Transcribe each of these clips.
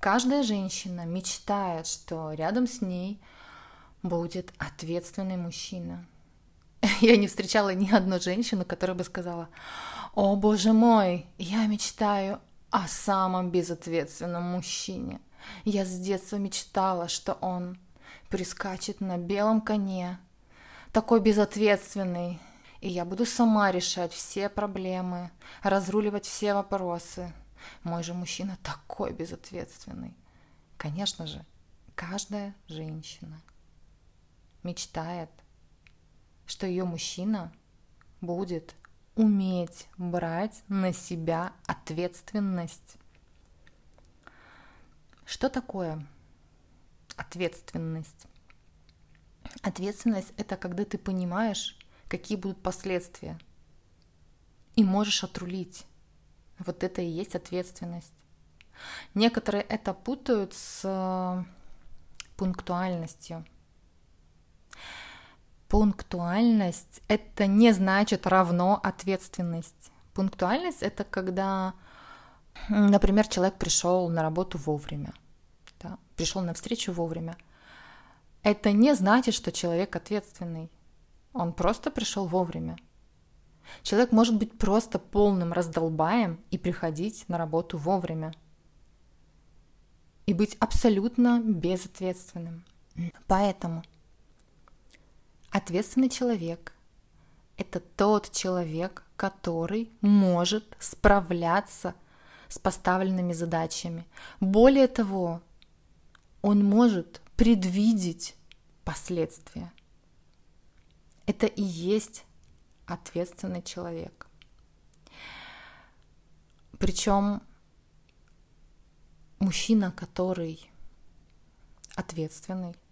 Каждая женщина мечтает, что рядом с ней будет ответственный мужчина. Я не встречала ни одну женщину, которая бы сказала: «О, боже мой, я мечтаю о самом безответственном мужчине. Я с детства мечтала, что он прискачет на белом коне, такой безответственный, и я буду сама решать все проблемы, разруливать все вопросы. Мой же мужчина такой безответственный». Конечно же, каждая женщина мечтает, что ее мужчина будет уметь брать на себя ответственность. Что такое ответственность? Ответственность – это когда ты понимаешь, какие будут последствия, и можешь отрулить. Вот это и есть ответственность. Некоторые это путают с пунктуальностью. Пунктуальность – это не значит равно ответственность. Пунктуальность – это когда, например, человек пришел на работу вовремя, да, пришел на встречу вовремя. Это не значит, что человек ответственный. Он просто пришел вовремя. Человек может быть просто полным раздолбаем и приходить на работу вовремя. И быть абсолютно безответственным. Поэтому ответственный человек – это тот человек, который может справляться с поставленными задачами. Более того, он может предвидеть последствия. Это и есть ответственный человек. Причем мужчина, который ответственный,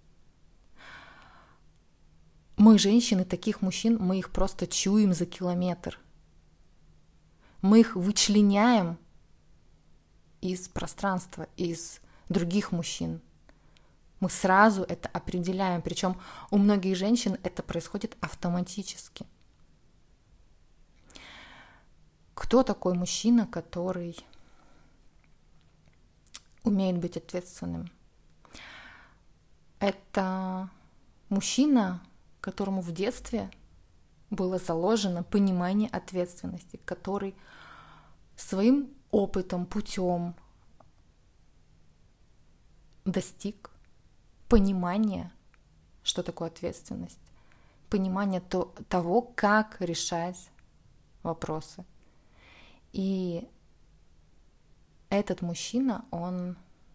мы, женщины, таких мужчин, мы их просто чуем за километр. Мы их вычленяем из пространства, из других мужчин. Мы сразу это определяем, причем у многих женщин это происходит автоматически. Кто такой мужчина, который умеет быть ответственным? Это мужчина, которому в детстве было заложено понимание ответственности, который своим опытом, путем достиг понимания, что такое ответственность, понимания того, как решать вопросы. И этот мужчина, он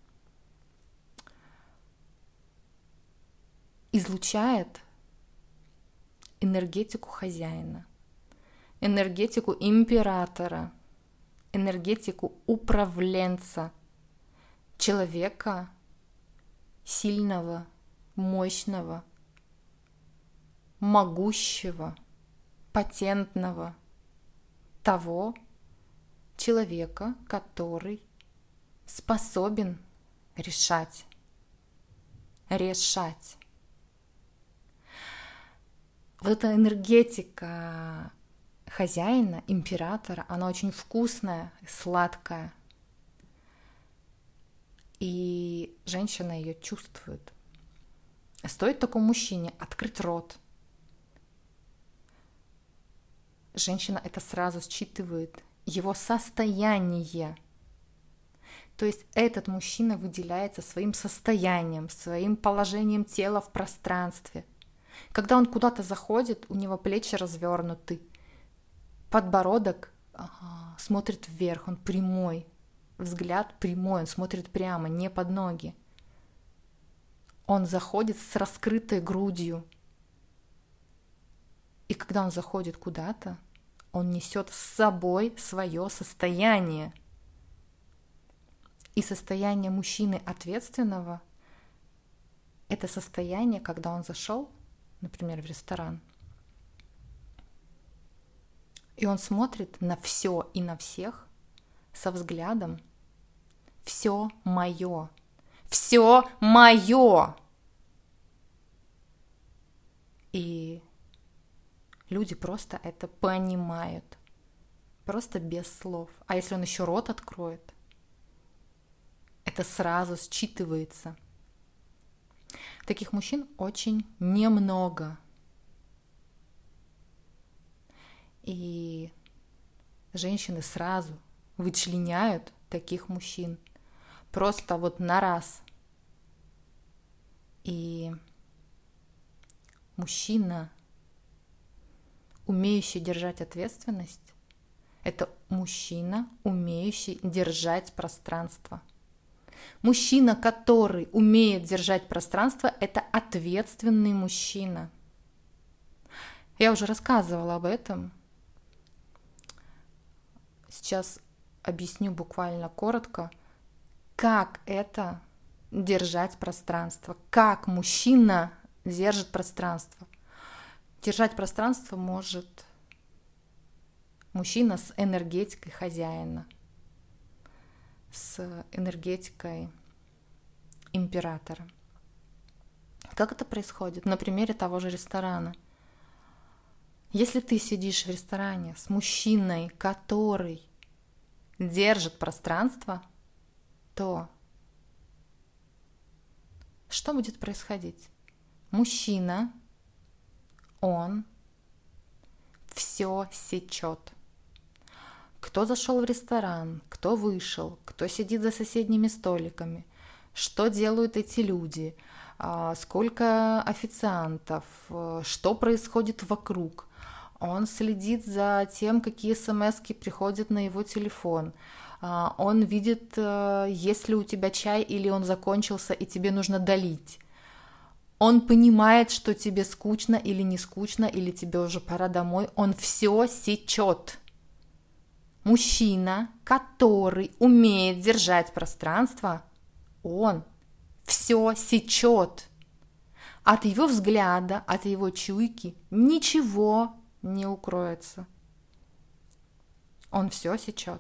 излучает энергетику хозяина, энергетику императора, энергетику управленца, человека сильного, мощного, могущего, патентного, того человека, который способен решать. Вот эта энергетика хозяина, императора, она очень вкусная, сладкая. И женщина ее чувствует. Стоит такому мужчине открыть рот, женщина это сразу считывает, его состояние. То есть этот мужчина выделяется своим состоянием, своим положением тела в пространстве. Когда он куда-то заходит, у него плечи развернуты, подбородок смотрит вверх, он прямой, взгляд прямой, он смотрит прямо, не под ноги. Он заходит с раскрытой грудью. И когда он заходит куда-то, он несет с собой свое состояние. И состояние мужчины ответственного – это состояние, когда он зашел, например, в ресторан, и он смотрит на все и на всех со взглядом «все мое, все мое». И люди просто это понимают, просто без слов. А если он еще рот откроет, это сразу считывается. Таких мужчин очень немного. И женщины сразу вычленяют таких мужчин. Просто вот на раз. И мужчина, умеющий держать ответственность, это мужчина, умеющий держать пространство. Мужчина, который умеет держать пространство, это ответственный мужчина. Я уже рассказывала об этом. Сейчас объясню буквально коротко, как это держать пространство, как мужчина держит пространство. Держать пространство может мужчина с энергетикой хозяина, с энергетикой императора. Как это происходит? На примере того же ресторана. Если ты сидишь в ресторане с мужчиной, который держит пространство, то что будет происходить? Мужчина, он все сечет. Кто зашел в ресторан, кто вышел, кто сидит за соседними столиками, что делают эти люди, сколько официантов, что происходит вокруг. Он следит за тем, какие смс-ки приходят на его телефон. Он видит, есть ли у тебя чай или он закончился и тебе нужно долить. Он понимает, что тебе скучно или не скучно, или тебе уже пора домой. Он все сечет. Мужчина, который умеет держать пространство, он все сечет. От его взгляда, от его чуйки ничего не укроется. Он все сечет.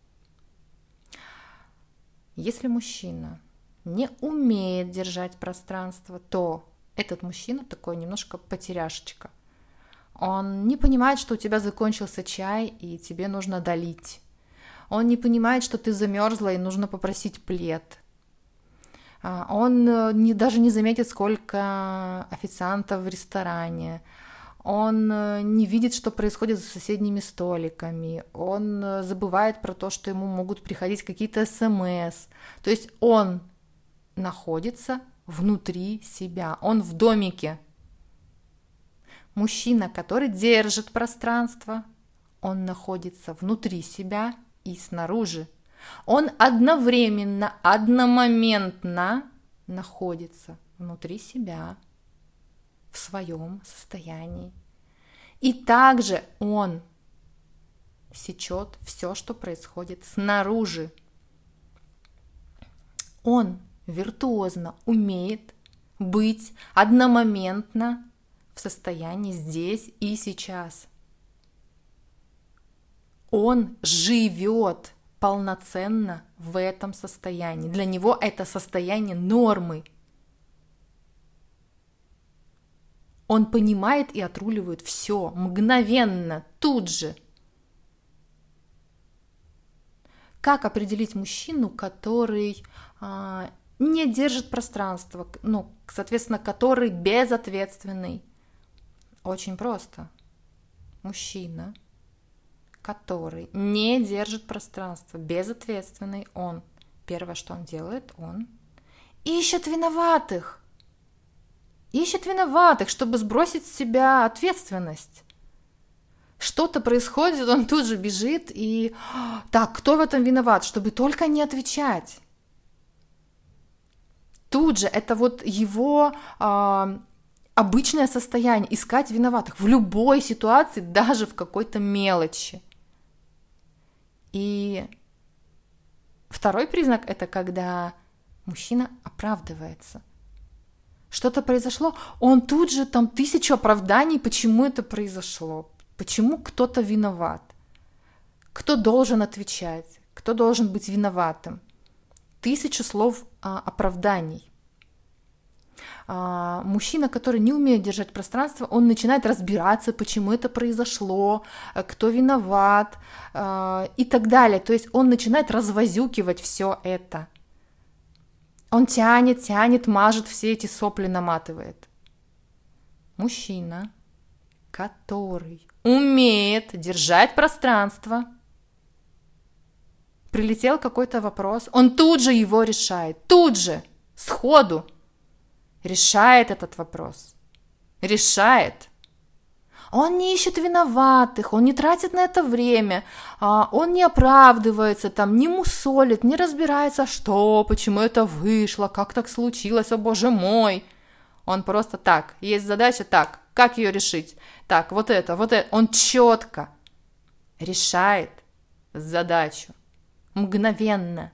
Если мужчина не умеет держать пространство, то этот мужчина такой немножко потеряшечка. Он не понимает, что у тебя закончился чай и тебе нужно долить. Он не понимает, что ты замерзла и нужно попросить плед. Он даже не заметит, сколько официантов в ресторане. Он не видит, что происходит за соседними столиками. Он забывает про то, что ему могут приходить какие-то СМС. То есть он находится внутри себя. Он в домике. Мужчина, который держит пространство, он находится внутри себя и снаружи. Он одновременно, одномоментно находится внутри себя, в своем состоянии. И также он сечет все, что происходит снаружи. Он виртуозно умеет быть одномоментно в состоянии здесь и сейчас. Он живет полноценно в этом состоянии. Для него это состояние нормы. Он понимает и отруливает все мгновенно, тут же. Как определить мужчину, который не держит пространство, соответственно, который безответственный? Очень просто. Мужчина, который не держит пространство, безответственный, он, первое, что он делает, он ищет виноватых. Ищет виноватых, чтобы сбросить с себя ответственность. Что-то происходит, он тут же бежит и... Так, кто в этом виноват? Чтобы только не отвечать. Тут же это вот его обычное состояние, искать виноватых в любой ситуации, даже в какой-то мелочи. И второй признак – это когда мужчина оправдывается. Что-то произошло, он тут же там 1000 оправданий, почему это произошло, почему кто-то виноват, кто должен отвечать, кто должен быть виноватым. 1000 слов оправданий. Мужчина, который не умеет держать пространство, он начинает разбираться, почему это произошло, кто виноват и так далее. То есть он начинает развозюкивать все это. Он тянет, тянет, мажет, все эти сопли наматывает. Мужчина, который умеет держать пространство, прилетел какой-то вопрос, он тут же его решает, тут же, сходу решает этот вопрос. Решает. Он не ищет виноватых, он не тратит на это время, он не оправдывается, там, не мусолит, не разбирается, что, почему это вышло, как так случилось, о боже мой. Он просто так, есть задача, так, как ее решить? Так, вот это. Он четко решает задачу, мгновенно.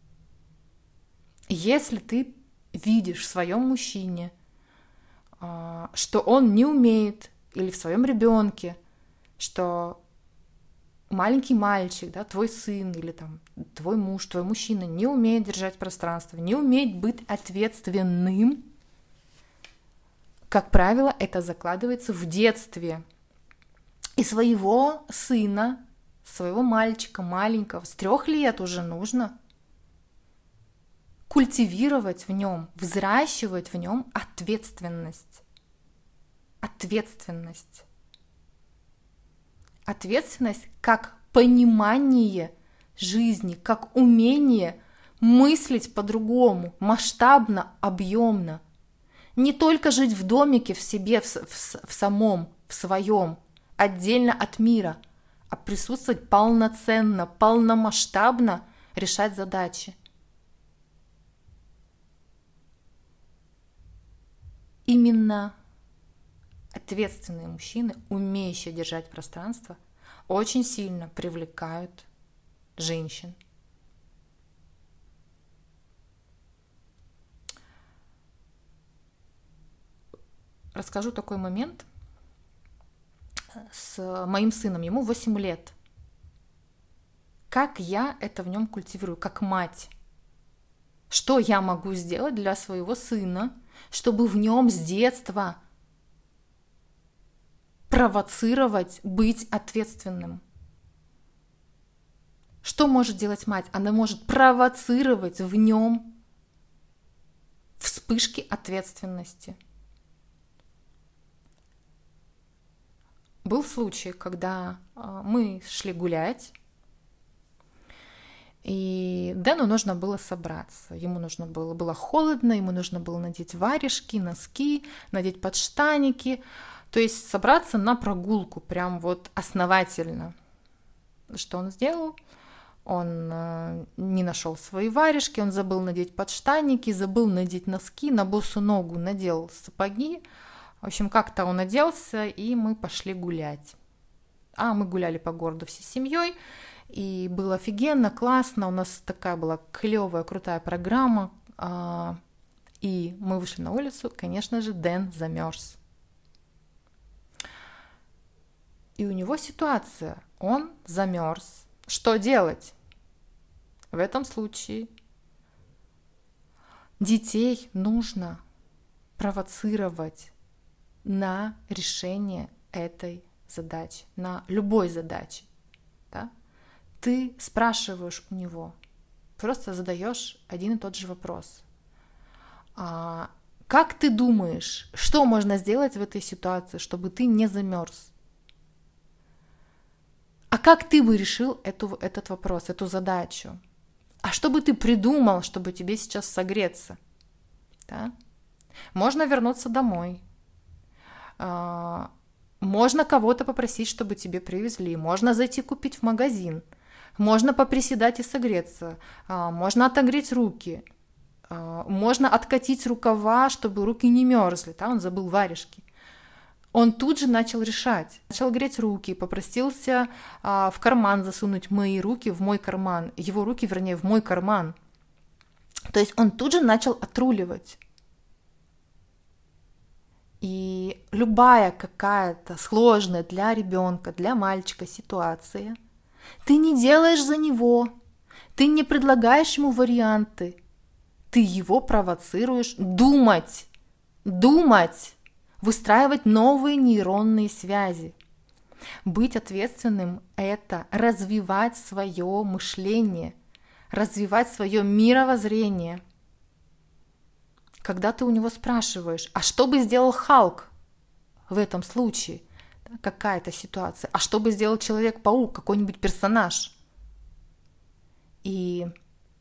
Если ты видишь в своем мужчине, что он не умеет, или в своем ребенке, что маленький мальчик, да, твой сын или там твой муж, твой мужчина не умеет держать пространство, не умеет быть ответственным, как правило, это закладывается в детстве. И своего сына, своего мальчика маленького, с 3 лет уже нужно культивировать в нем, взращивать в нем ответственность. Ответственность. Ответственность как понимание жизни, как умение мыслить по-другому, масштабно, объемно. Не только жить в домике в себе, в самом, в своем, отдельно от мира, а присутствовать полноценно, полномасштабно, решать задачи. Именно ответственные мужчины, умеющие держать пространство, очень сильно привлекают женщин. Расскажу такой момент с моим сыном. Ему 8 лет. Как я это в нем культивирую, как мать? Что я могу сделать для своего сына, чтобы в нем с детства провоцировать быть ответственным? Что может делать мать? Она может провоцировать в нем вспышки ответственности. Был случай, когда мы шли гулять, и Дэну нужно было собраться. Ему было холодно, ему нужно было надеть варежки, носки, надеть подштаники. То есть собраться на прогулку, прям вот основательно. Что он сделал? Он не нашел свои варежки, он забыл надеть подштанники, забыл надеть носки, на босу ногу надел сапоги. В общем, как-то он оделся, и мы пошли гулять. Мы гуляли по городу всей семьей, и было офигенно, классно. У нас такая была клевая, крутая программа. И мы вышли на улицу, конечно же, Дэн замерз. И у него ситуация, он замерз. Что делать? В этом случае детей нужно провоцировать на решение этой задачи, на любой задаче. Да? Ты спрашиваешь у него, просто задаешь один и тот же вопрос. Как ты думаешь, что можно сделать в этой ситуации, чтобы ты не замерз? А как ты бы решил этот вопрос, эту задачу? А что бы ты придумал, чтобы тебе сейчас согреться? Да? Можно вернуться домой. Можно кого-то попросить, чтобы тебе привезли. Можно зайти купить в магазин. Можно поприседать и согреться. Можно отогреть руки. Можно откатить рукава, чтобы руки не мерзли. Да? Он забыл варежки. Он тут же начал решать. Начал греть руки, попросился в карман засунуть мои руки в мой карман. Его руки, вернее, в мой карман. То есть он тут же начал отруливать. И любая какая-то сложная для ребенка, для мальчика ситуация, ты не делаешь за него, ты не предлагаешь ему варианты, ты его провоцируешь думать, выстраивать новые нейронные связи. Быть ответственным – это развивать свое мышление, развивать свое мировоззрение. когда ты у него спрашиваешь, а что бы сделал Халк в этом случае, какая-то ситуация, а что бы сделал Человек-паук, какой-нибудь персонаж. И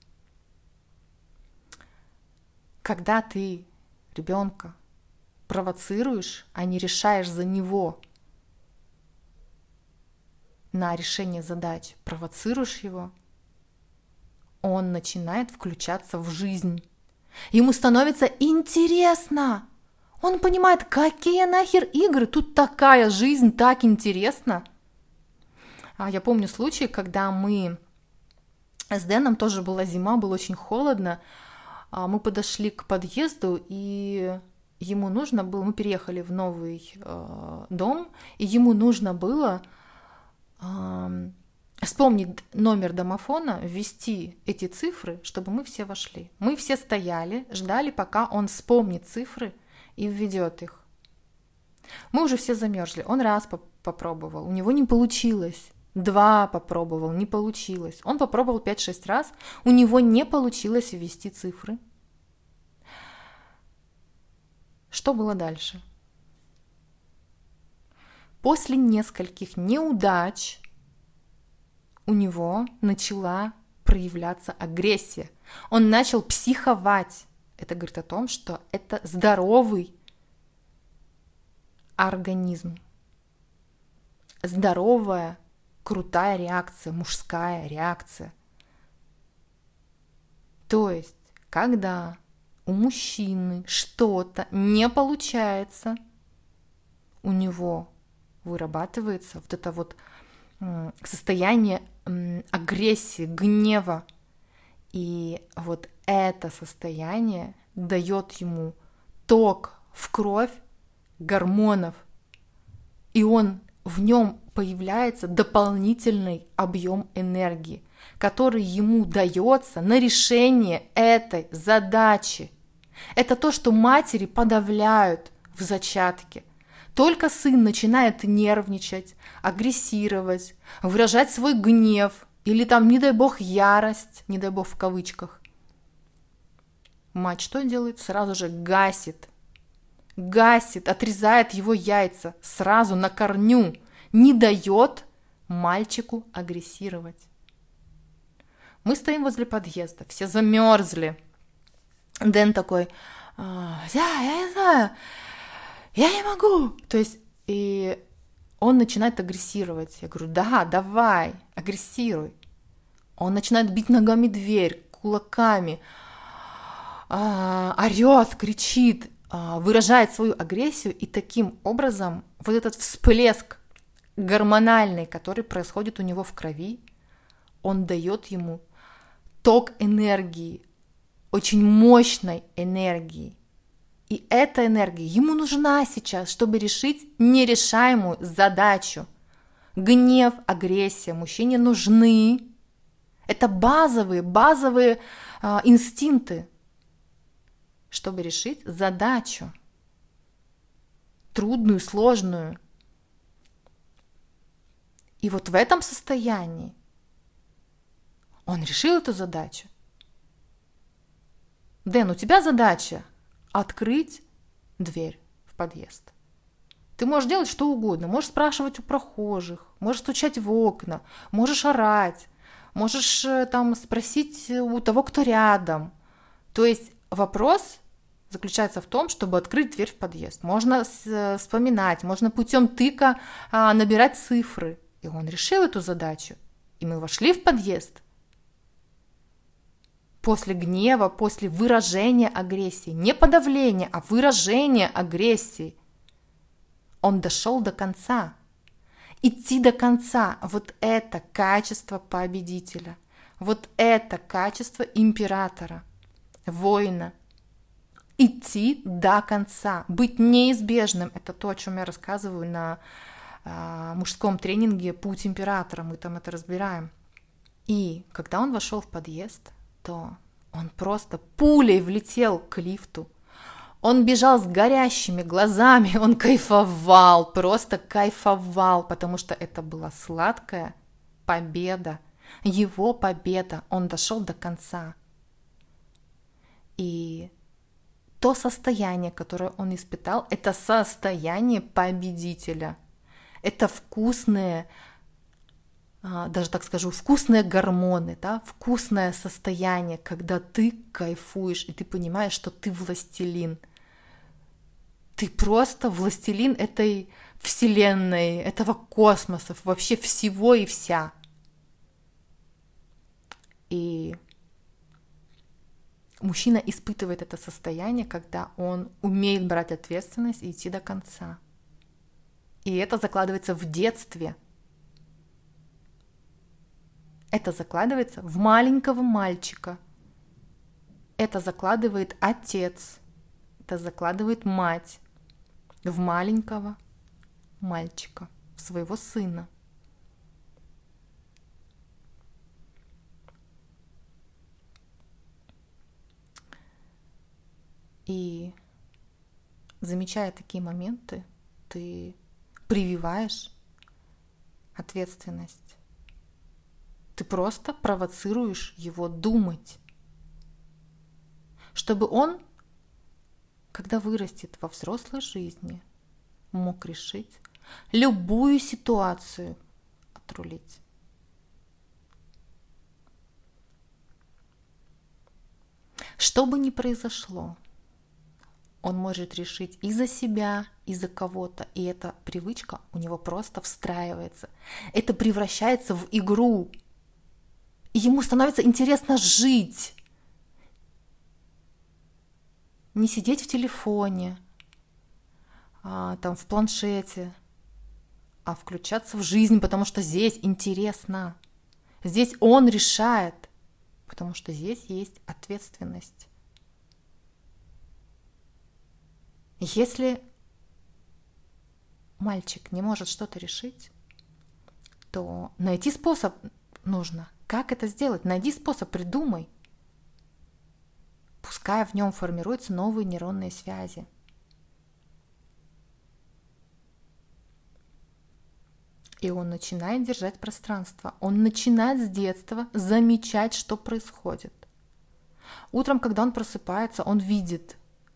когда ты ребенка провоцируешь, а не решаешь за него на решение задач, провоцируешь его, он начинает включаться в жизнь. Ему становится интересно. Он понимает, какие нахер игры, тут такая жизнь, так интересно. Я помню случай, когда мы с Дэном, тоже была зима, было очень холодно, мы подошли к подъезду, и ему нужно было, мы переехали в новый дом, и ему нужно было вспомнить номер домофона, ввести эти цифры, чтобы мы все вошли. Мы все стояли, ждали, пока он вспомнит цифры и введет их. Мы уже все замерзли. Он раз попробовал, у него не получилось. 2 попробовал, не получилось. Он попробовал 5-6 раз, у него не получилось ввести цифры. Что было дальше? После нескольких неудач у него начала проявляться агрессия. Он начал психовать. Это говорит о том, что это здоровый организм. Здоровая, крутая реакция, мужская реакция. То есть, когда у мужчины что-то не получается, у него вырабатывается вот это вот состояние агрессии, гнева. И вот это состояние дает ему ток в кровь гормонов. И в нем появляется дополнительный объем энергии, который ему дается на решение этой задачи. Это то, что матери подавляют в зачатке. Только сын начинает нервничать, агрессировать, выражать свой гнев или там, не дай бог, ярость, не дай бог в кавычках. Мать что делает? Сразу же гасит, отрезает его яйца сразу на корню, не дает мальчику агрессировать. Мы стоим возле подъезда, все замерзли. Дэн такой, я не знаю, я не могу. То есть, и он начинает агрессировать. Я говорю, да, давай, агрессируй. Он начинает бить ногами дверь, кулаками, орет, кричит, выражает свою агрессию. И таким образом вот этот всплеск гормональный, который происходит у него в крови, он дает ему ток энергии, очень мощной энергии. И эта энергия ему нужна сейчас, чтобы решить нерешаемую задачу. Гнев, агрессия мужчине нужны. Это базовые инстинкты, чтобы решить задачу. Трудную, сложную. И вот в этом состоянии он решил эту задачу. Дэн, у тебя задача открыть дверь в подъезд. Ты можешь делать что угодно. Можешь спрашивать у прохожих, можешь стучать в окна, можешь орать, можешь там спросить у того, кто рядом. То есть вопрос заключается в том, чтобы открыть дверь в подъезд. Можно вспоминать, можно путем тыка набирать цифры. И он решил эту задачу. И мы вошли в подъезд. После гнева, после выражения агрессии, не подавления, а выражения агрессии, он дошел до конца. Идти до конца, вот это качество победителя, вот это качество императора, воина. Идти до конца, быть неизбежным, это то, о чем я рассказываю на мужском тренинге «Путь императора», мы там это разбираем. И когда он вошел в подъезд, то он просто пулей влетел к лифту. Он бежал с горящими глазами, он кайфовал, просто кайфовал, потому что это была сладкая победа, его победа, он дошел до конца. И то состояние, которое он испытал, это состояние победителя. Это вкусные, даже так скажу, вкусные гормоны, да, вкусное состояние, когда ты кайфуешь, и ты понимаешь, что ты властелин. Ты просто властелин этой вселенной, этого космоса, вообще всего и вся. И мужчина испытывает это состояние, когда он умеет брать ответственность и идти до конца. И это закладывается в детстве. Это закладывается в маленького мальчика. Это закладывает отец. Это закладывает мать в маленького мальчика, в своего сына. И замечая такие моменты, ты прививаешь ответственность. Ты просто провоцируешь его думать, чтобы он, когда вырастет во взрослой жизни, мог решить любую ситуацию отрулить. Что бы ни произошло, он может решить и за себя, и за кого-то. И эта привычка у него просто встраивается. Это превращается в игру. И ему становится интересно жить. Не сидеть в телефоне, там, в планшете, а включаться в жизнь, потому что здесь интересно. Здесь он решает, потому что здесь есть ответственность. Если мальчик не может что-то решить, то найти способ нужно. Как это сделать? Найди способ, придумай. Пускай в нем формируются новые нейронные связи. И он начинает держать пространство. Он начинает с детства замечать, что происходит. Утром, когда он просыпается, он видит: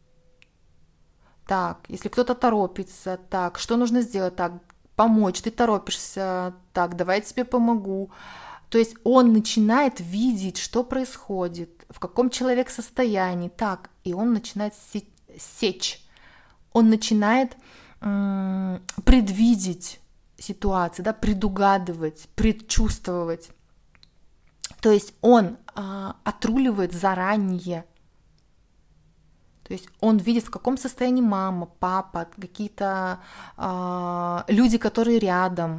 так, если кто-то торопится, так, что нужно сделать, так, помочь, ты торопишься, так, давай я тебе помогу. То есть он начинает видеть, что происходит, в каком человек состоянии, так, и он начинает сечь, он начинает предвидеть ситуации, да, предугадывать, предчувствовать. То есть он отруливает заранее. То есть он видит, в каком состоянии мама, папа, какие-то люди, которые рядом.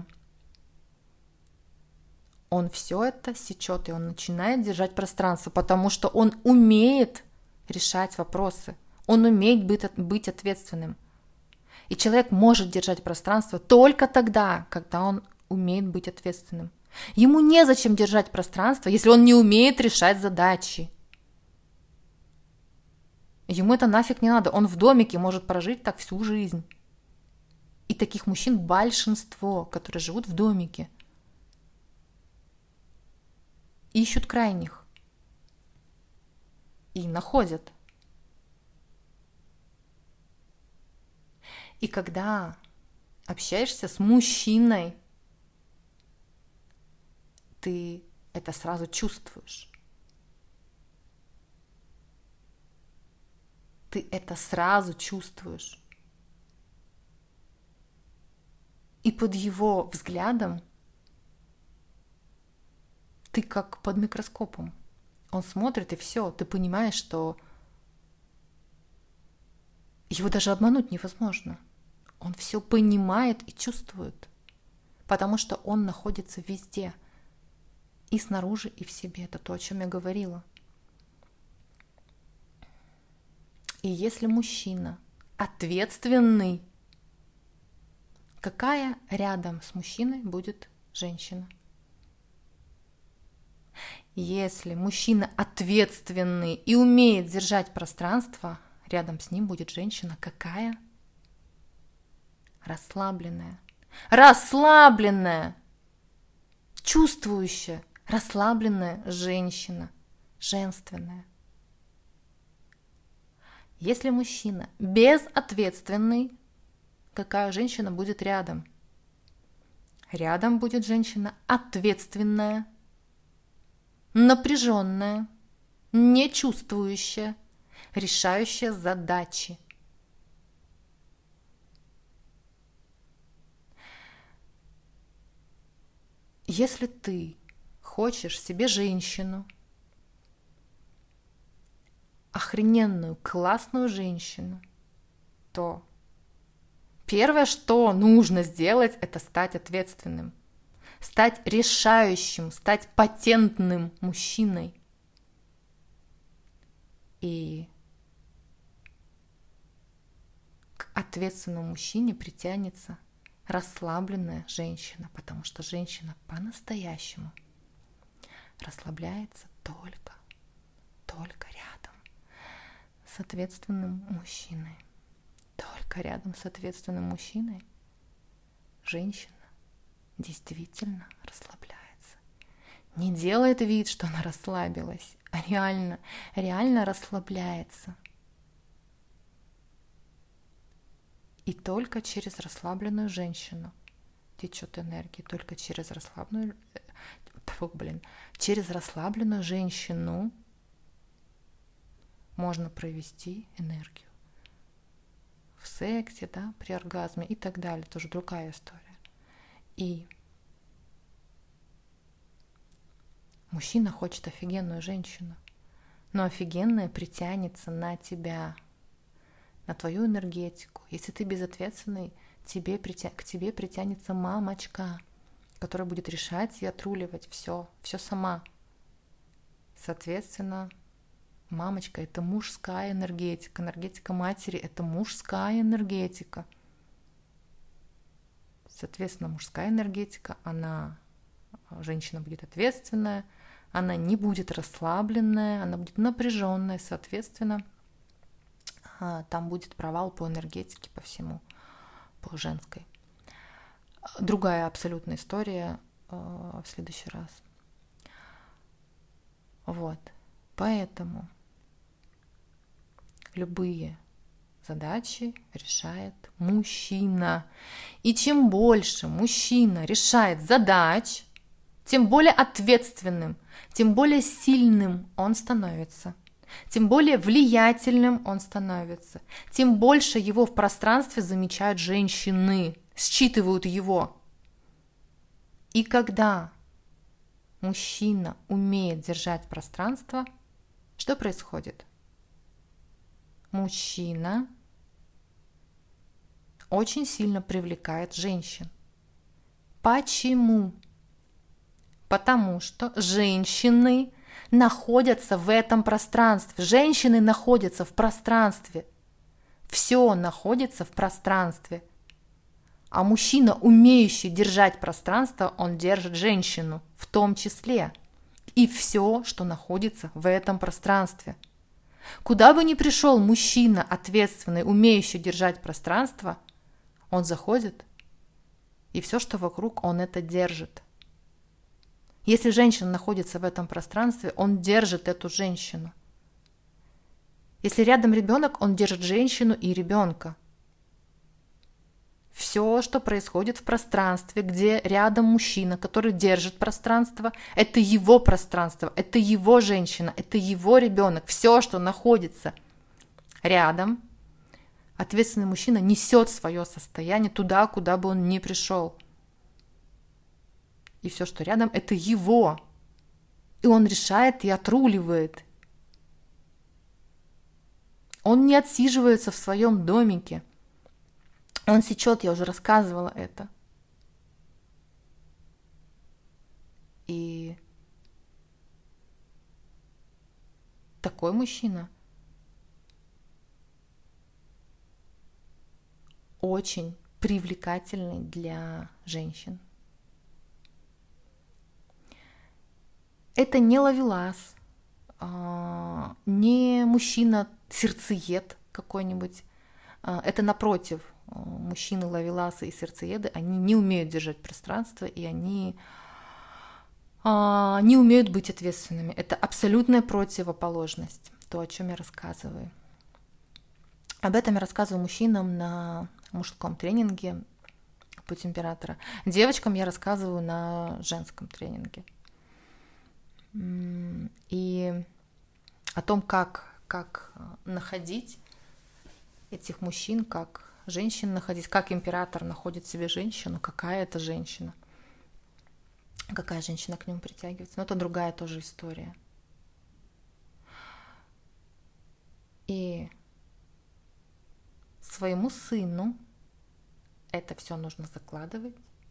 Он все это сечет, и он начинает держать пространство, потому что он умеет решать вопросы, он умеет быть ответственным. И человек может держать пространство только тогда, когда он умеет быть ответственным. Ему незачем держать пространство, если он не умеет решать задачи. Ему это нафиг не надо. Он в домике может прожить так всю жизнь. И таких мужчин большинство, которые живут в домике. Ищут крайних. И находят. И когда общаешься с мужчиной, ты это сразу чувствуешь. Ты это сразу чувствуешь. И под его взглядом ты как под микроскопом. Он смотрит, и все, ты понимаешь, что его даже обмануть невозможно. Он все понимает и чувствует, потому что он находится везде. И снаружи, и в себе. Это то, о чем я говорила. И если мужчина ответственный, какая рядом с мужчиной будет женщина? Если мужчина ответственный и умеет держать пространство, рядом с ним будет женщина какая? Расслабленная. Расслабленная! Чувствующая, расслабленная женщина. Женственная. Если мужчина безответственный, какая женщина будет рядом? Рядом будет женщина ответственная, напряженная, не чувствующая, решающая задачи. Если ты хочешь себе женщину, охрененную, классную женщину, то первое, что нужно сделать, это стать ответственным, стать решающим, стать патентным мужчиной. И к ответственному мужчине притянется расслабленная женщина, потому что женщина по-настоящему расслабляется только рядом с ответственным мужчиной. Только рядом с ответственным мужчиной женщина действительно расслабляется. Не делает вид, что она расслабилась, а реально расслабляется. И только через расслабленную женщину течет энергия, только через через расслабленную женщину можно провести энергию. В сексе, да, при оргазме и так далее, тоже другая история. И мужчина хочет офигенную женщину, но офигенная притянется на тебя, на твою энергетику. Если ты безответственный, к тебе притянется мамочка, которая будет решать и отруливать все сама. Соответственно, мамочка — это мужская энергетика, энергетика матери — это мужская энергетика. Соответственно, мужская энергетика, женщина будет ответственная, она не будет расслабленная, она будет напряженная, соответственно, там будет провал по энергетике, по всему, по женской. Другая абсолютная история в следующий раз. Вот. Поэтому любые задачи решает мужчина. И чем больше мужчина решает задач, тем более ответственным, тем более сильным он становится. Тем более влиятельным он становится, тем больше его в пространстве замечают женщины, считывают его. И когда мужчина умеет держать пространство, что происходит? Мужчина очень сильно привлекает женщин. Почему? Потому что женщины находятся в этом пространстве. Женщины находятся в пространстве. Все находится в пространстве. А мужчина, умеющий держать пространство, он держит женщину в том числе. И все, что находится в этом пространстве. Куда бы ни пришел мужчина, ответственный, умеющий держать пространство, он заходит, и все, что вокруг, он это держит. Если женщина находится в этом пространстве, он держит эту женщину. Если рядом ребенок, он держит женщину и ребенка. Все, что происходит в пространстве, где рядом мужчина, который держит пространство, это его пространство, это его женщина, это его ребенок. Все, что находится рядом, ответственный мужчина несет свое состояние туда, куда бы он ни пришел. И все, что рядом, это его. И он решает и отруливает. Он не отсиживается в своем домике. Он сечет, я уже рассказывала это. И такой мужчина очень привлекательный для женщин. Это не ловелас, не мужчина-сердцеед какой-нибудь. Это напротив, мужчины-ловеласы и сердцееды, они не умеют держать пространство, и они не умеют быть ответственными. Это абсолютная противоположность, то, о чем я рассказываю. Об этом я рассказываю мужчинам на мужском тренинге «Путь императора». Девочкам я рассказываю на женском тренинге. И о том, как находить этих мужчин, как женщин находить, как император находит себе женщину, какая это женщина, какая женщина к нему притягивается. Но это другая тоже история. И своему сыну это все нужно закладывать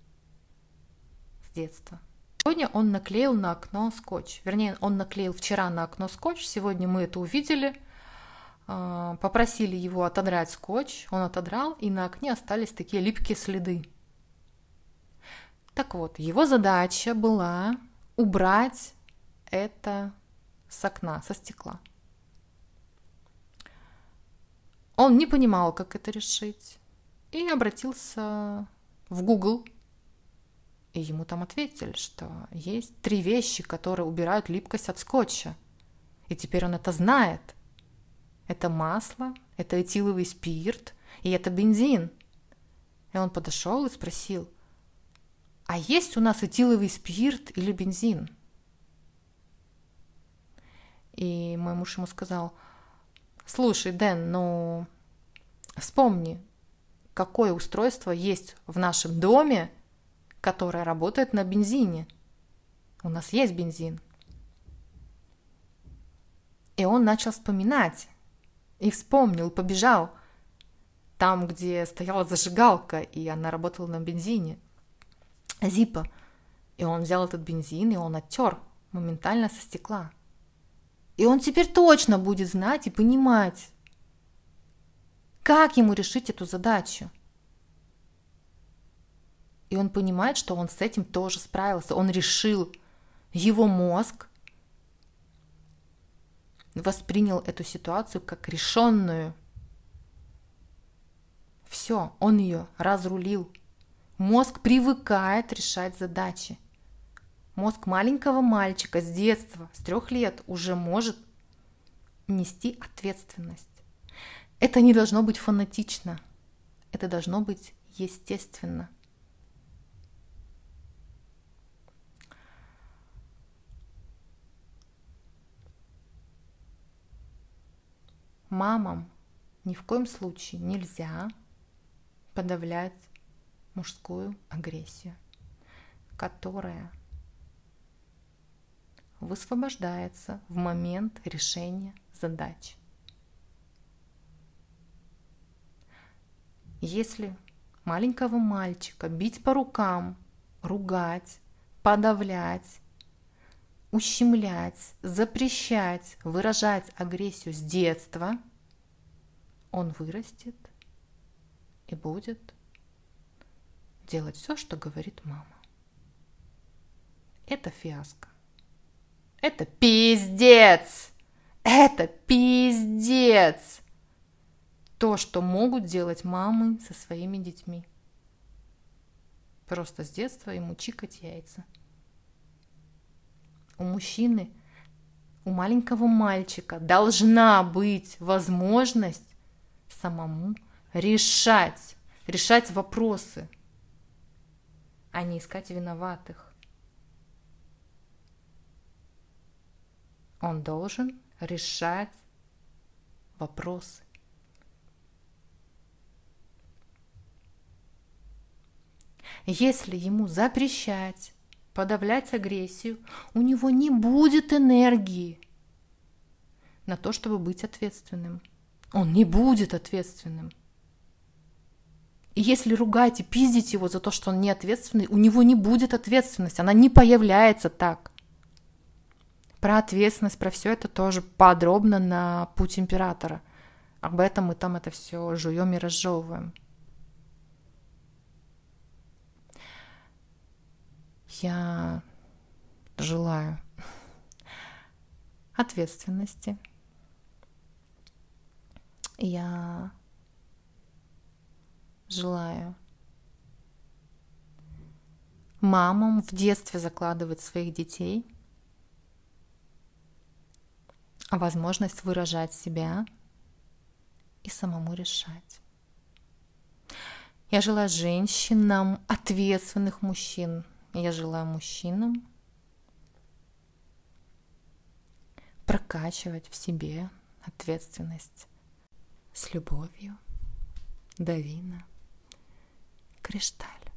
с детства. Сегодня он наклеил на окно скотч. Вернее, он наклеил вчера на окно скотч. Сегодня мы это увидели. Попросили его отодрать скотч. Он отодрал, и на окне остались такие липкие следы. Так вот, его задача была убрать это с окна, со стекла. Он не понимал, как это решить, и обратился в Google, и ему там ответили, что есть 3 вещи, которые убирают липкость от скотча. И теперь он это знает. Это масло, это этиловый спирт, и это бензин. И он подошел и спросил: а есть у нас этиловый спирт или бензин? И мой муж ему сказал: слушай, Дэн, ну вспомни, какое устройство есть в нашем доме, которое работает на бензине. У нас есть бензин. И он начал вспоминать. И вспомнил, побежал там, где стояла зажигалка, и она работала на бензине. Зиппо. И он взял этот бензин, и он оттер моментально со стекла. И он теперь точно будет знать и понимать, как ему решить эту задачу. И он понимает, что он с этим тоже справился. Он решил. Его мозг воспринял эту ситуацию как решенную. Все, он ее разрулил. Мозг привыкает решать задачи. Мозг маленького мальчика с детства, с 3 лет уже может нести ответственность. Это не должно быть фанатично. Это должно быть естественно. Мамам ни в коем случае нельзя подавлять мужскую агрессию, которая высвобождается в момент решения задач. Если маленького мальчика бить по рукам, ругать, подавлять, ущемлять, запрещать, выражать агрессию с детства, он вырастет и будет делать все, что говорит мама. Это фиаско. Это пиздец! Это пиздец! То, что могут делать мамы со своими детьми. Просто с детства ему чикать яйца. У мужчины, у маленького мальчика должна быть возможность самому решать вопросы, а не искать виноватых. Он должен решать вопросы. Если ему запрещать, подавлять агрессию, у него не будет энергии на то, чтобы быть ответственным. Он не будет ответственным. И если ругать и пиздить его за то, что он не ответственный, у него не будет ответственности, она не появляется так. Про ответственность, про все это тоже подробно на «Путь императора». Об этом мы там это все жуем и разжевываем. Я желаю ответственности. Я желаю мамам в детстве закладывать своих детей возможность выражать себя и самому решать. Я желаю женщинам ответственных мужчин. Я желаю мужчинам прокачивать в себе ответственность с любовью. Давина Кришталь.